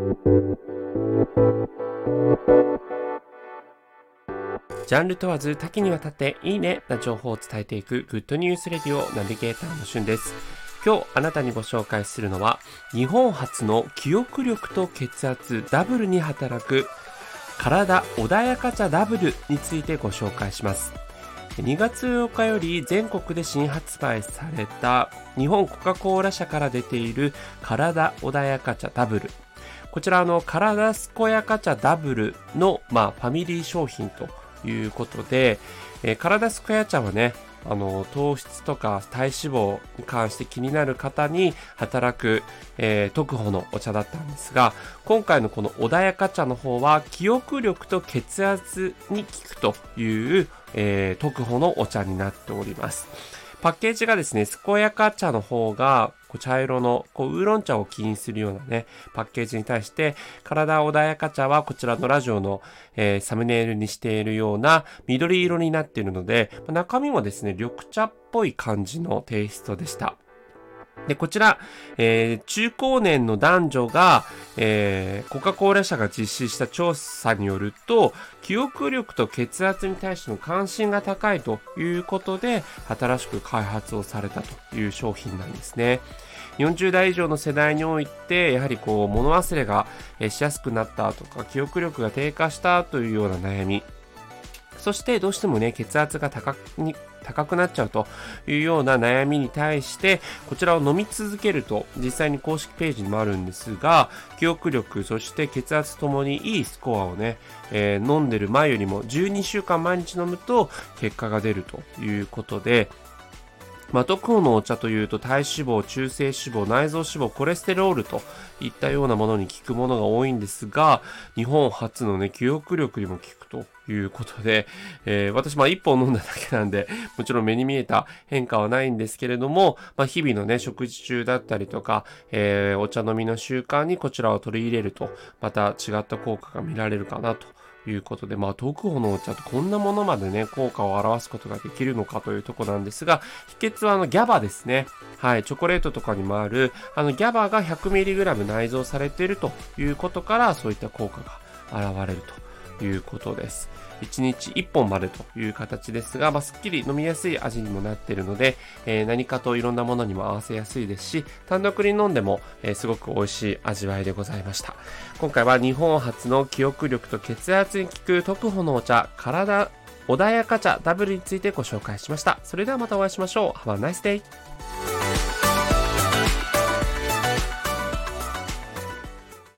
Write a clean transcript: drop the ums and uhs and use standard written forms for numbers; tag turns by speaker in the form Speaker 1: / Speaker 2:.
Speaker 1: ジャンル問わず多岐にわたっていいねな情報を伝えていくグッドニュースレディオナビゲーターのしゅんです。今日あなたにご紹介するのは、日本初の記憶力と血圧ダブルに働く体穏やか茶ダブルについてご紹介します。2月8日より全国で新発売された日本コカ・コーラ社から出ている体穏やか茶ダブル。こちら体健やか茶ダブルの、ファミリー商品ということで、体健や茶はね、糖質とか体脂肪に関して気になる方に働く、特保のお茶だったんですが、今回のこの穏やか茶の方は記憶力と血圧に効くという、特保のお茶になっております。パッケージがですね、健やか茶の方が茶色のウーロン茶を起因するようなね、パッケージに対して、体穏やか茶はこちらのラジオの、サムネイルにしているような緑色になっているので、中身もですね、緑茶っぽい感じのテイストでした。で、こちら、中高年の男女が、コカ・コーラ社が実施した調査によると、記憶力と血圧に対しての関心が高いということで、新しく開発をされたという商品なんですね。40代以上の世代において、やはり物忘れがしやすくなったとか、記憶力が低下したというような悩み、そしてどうしてもね、血圧が高くなっちゃうというような悩みに対して、こちらを飲み続けると、実際に公式ページにもあるんですが、記憶力、そして血圧ともにいいスコアをね、飲んでる前よりも12週間毎日飲むと結果が出るということで、特保のお茶というと体脂肪、中性脂肪、内臓脂肪、コレステロールといったようなものに効くものが多いんですが、日本初のね、記憶力にも効くということで、私1本飲んだだけなんで、もちろん目に見えた変化はないんですけれども、日々のね、食事中だったりとか、お茶飲みの習慣にこちらを取り入れると、また違った効果が見られるかなということで、特保のお茶とこんなものまでね、効果を表すことができるのかというところなんですが、秘訣はギャバですね。はい、チョコレートとかにもある、ギャバが 100mg 内蔵されているということから、そういった効果が現れるということです。1日1本までという形ですが、すっきり飲みやすい味にもなっているので、何かといろんなものにも合わせやすいですし、単独に飲んでも、すごく美味しい味わいでございました。今回は日本初の記憶力と血圧に効く特保のお茶、体穏やか茶ダブルについてご紹介しました。それではまたお会いしましょう。Have a nice day!